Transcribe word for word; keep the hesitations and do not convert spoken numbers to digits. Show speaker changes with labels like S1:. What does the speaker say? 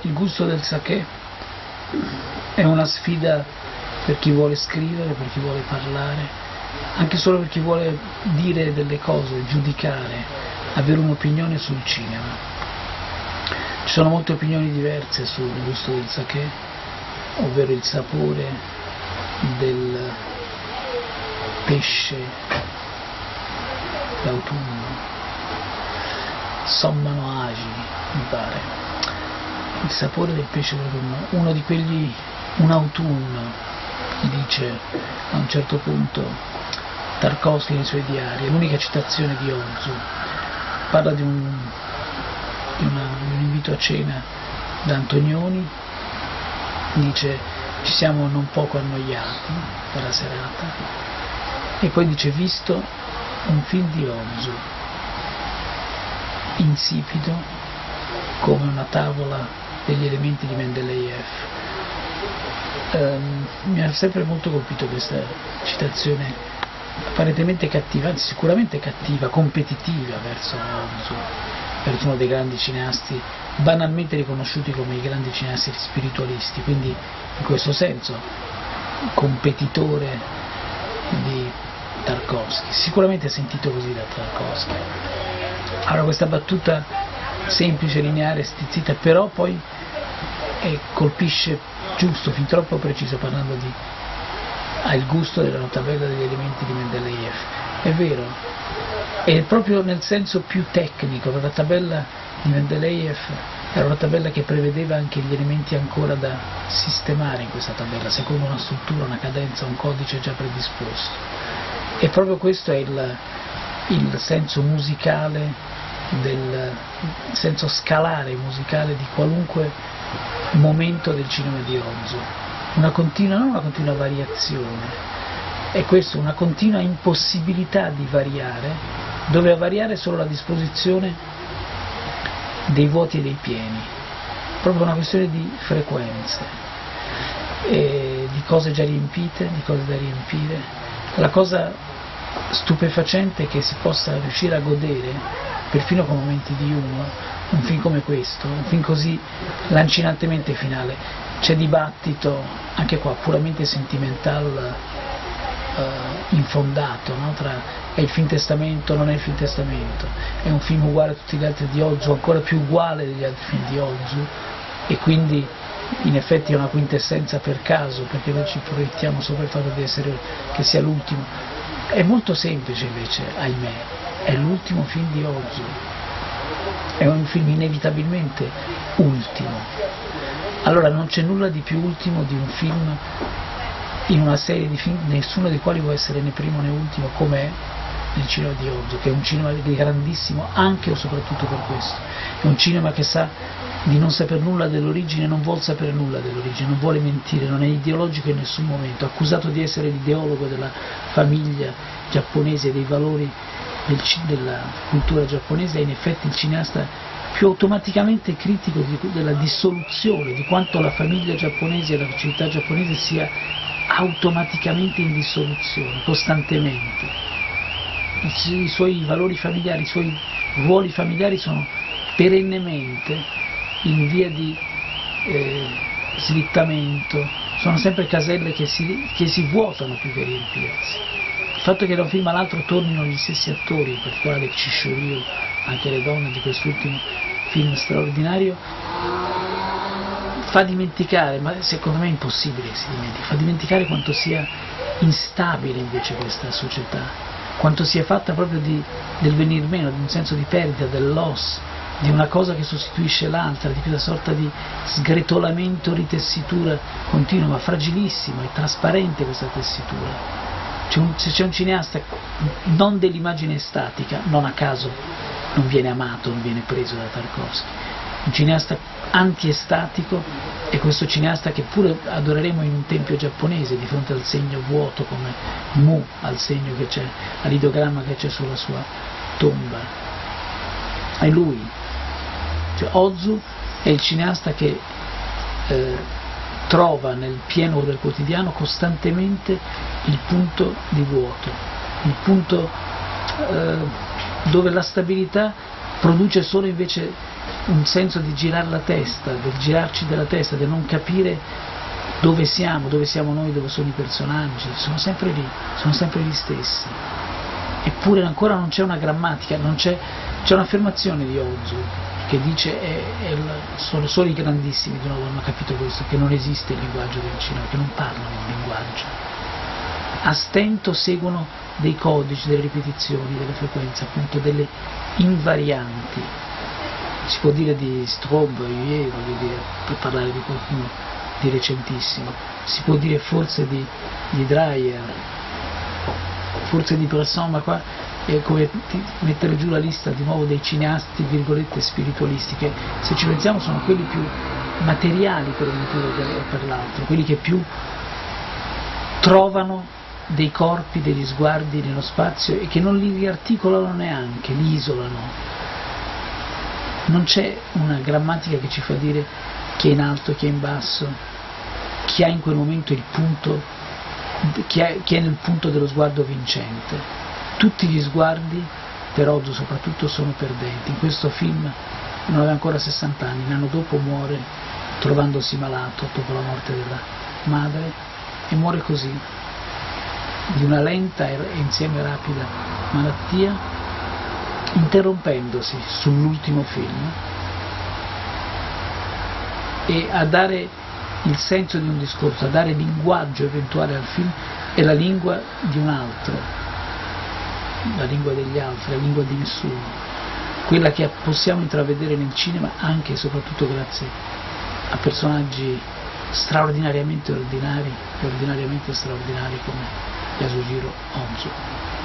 S1: il gusto del sake è una sfida per chi vuole scrivere, per chi vuole parlare, anche solo per chi vuole dire delle cose, giudicare, avere un'opinione sul cinema. Ci sono molte opinioni diverse sul gusto del sake, ovvero il sapore del pesce d'autunno, Sommano Agi, mi pare, il sapore del pesce d'autunno, uno di quelli, un autunno, dice a un certo punto Tarkovsky nei suoi diari, è l'unica citazione di Ozu, parla di un, di una, di un invito a cena da Antonioni, dice ci siamo non poco annoiati per la serata, e poi dice visto un film di Ozu, insipido come una tavola degli elementi di Mendeleev. Um, mi ha sempre molto colpito questa citazione apparentemente cattiva, anzi sicuramente cattiva, competitiva verso Ozu, verso uno dei grandi cineasti banalmente riconosciuti come i grandi cineasti spiritualisti, quindi in questo senso competitore di Tarkovsky, sicuramente sentito così da Tarkovsky. Allora questa battuta semplice, lineare, stizzita, però poi eh, colpisce giusto, fin troppo preciso, parlando di ha il gusto della tabella degli elementi di Mendeleev. È vero, è proprio nel senso più tecnico, perché la tabella di Mendeleev era una tabella che prevedeva anche gli elementi ancora da sistemare in questa tabella, secondo una struttura, una cadenza, un codice già predisposto. E proprio questo è il, il senso musicale, del il senso scalare musicale di qualunque momento del cinema di Ozu. Una continua, non una continua variazione, è questo, una continua impossibilità di variare, dove a variare solo la disposizione dei vuoti e dei pieni, proprio una questione di frequenze, e di cose già riempite, di cose da riempire. La cosa stupefacente è che si possa riuscire a godere, perfino con momenti di humor, un film come questo, un film così lancinantemente finale. C'è dibattito, anche qua, puramente sentimental, eh, infondato, no? Tra è il film testamento, non è il film testamento, è un film uguale a tutti gli altri di Ozu, ancora più uguale degli altri film di Ozu, e quindi in effetti è una quintessenza per caso, perché noi ci proiettiamo sopra il fatto di essere, che sia l'ultimo. È molto semplice invece, ahimè, è l'ultimo film di Ozu, è un film inevitabilmente ultimo. Allora non c'è nulla di più ultimo di un film, in una serie di film, nessuno dei quali può essere né primo né ultimo, come è nel cinema di Ozu, che è un cinema grandissimo anche o soprattutto per questo. È un cinema che sa di non saper nulla dell'origine, non vuol sapere nulla dell'origine, non vuole mentire, non è ideologico in nessun momento, accusato di essere l'ideologo della famiglia giapponese e dei valori del, della cultura giapponese, è in effetti il cineasta più automaticamente critico di, della dissoluzione, di quanto la famiglia giapponese e la civiltà giapponese sia automaticamente in dissoluzione, costantemente. I, i suoi valori familiari, i suoi ruoli familiari sono perennemente in via di eh, slittamento, sono sempre caselle che si, che si vuotano più che riempirsi. Il fatto che da un film all'altro tornino gli stessi attori, in particolare Chisho-ryu, anche le donne di quest'ultimo film straordinario, fa dimenticare, ma secondo me è impossibile che si dimentichi, fa dimenticare quanto sia instabile invece questa società, quanto sia fatta proprio di, del venir meno, di un senso di perdita, del loss, di una cosa che sostituisce l'altra, di questa sorta di sgretolamento, ritessitura continua, ma fragilissima e trasparente questa tessitura. C'è un, se c'è un cineasta non dell'immagine statica, non a caso non viene amato, non viene preso da Tarkovsky, un cineasta antiestatico è questo cineasta che pure adoreremo in un tempio giapponese di fronte al segno vuoto come Mu, al segno che c'è, all'idogramma che c'è sulla sua tomba. È lui, cioè, Ozu è il cineasta che eh, trova nel pieno del quotidiano costantemente il punto di vuoto, il punto eh, dove la stabilità produce solo invece un senso di girare la testa, del girarci della testa, del non capire dove siamo, dove siamo noi, dove sono i personaggi, sono sempre lì, sono sempre gli stessi. Eppure ancora non c'è una grammatica, non c'è, c'è un'affermazione di Ozu che dice, è, è il, sono solo i grandissimi di nuovo hanno capito questo, che non esiste il linguaggio del cinema, che non parlano un linguaggio. A stento seguono dei codici, delle ripetizioni, delle frequenze, appunto delle invarianti. Si può dire di Straub, Huyer, voglio dire, per parlare di qualcuno di recentissimo, si può dire forse di, di Dreyer, forse di Bresson, ma qua è come mettere giù la lista di nuovo dei cineasti, virgolette, spiritualisti, che se ci pensiamo sono quelli più materiali per un motivo o per l'altro, quelli che più trovano dei corpi, degli sguardi nello spazio e che non li riarticolano neanche, li isolano. Non c'è una grammatica che ci fa dire chi è in alto, chi è in basso, chi ha in quel momento il punto, chi è, chi è nel punto dello sguardo vincente. Tutti gli sguardi, per Ozu soprattutto, sono perdenti. In questo film non aveva ancora sessanta anni, l'anno dopo muore trovandosi malato dopo la morte della madre, e muore così, di una lenta e insieme rapida malattia, interrompendosi sull'ultimo film e a dare il senso di un discorso, a dare linguaggio eventuale al film, è la lingua di un altro, la lingua degli altri, la lingua di nessuno, quella che possiamo intravedere nel cinema anche e soprattutto grazie a personaggi straordinariamente ordinari e ordinariamente straordinari come Yasujiro Ozu.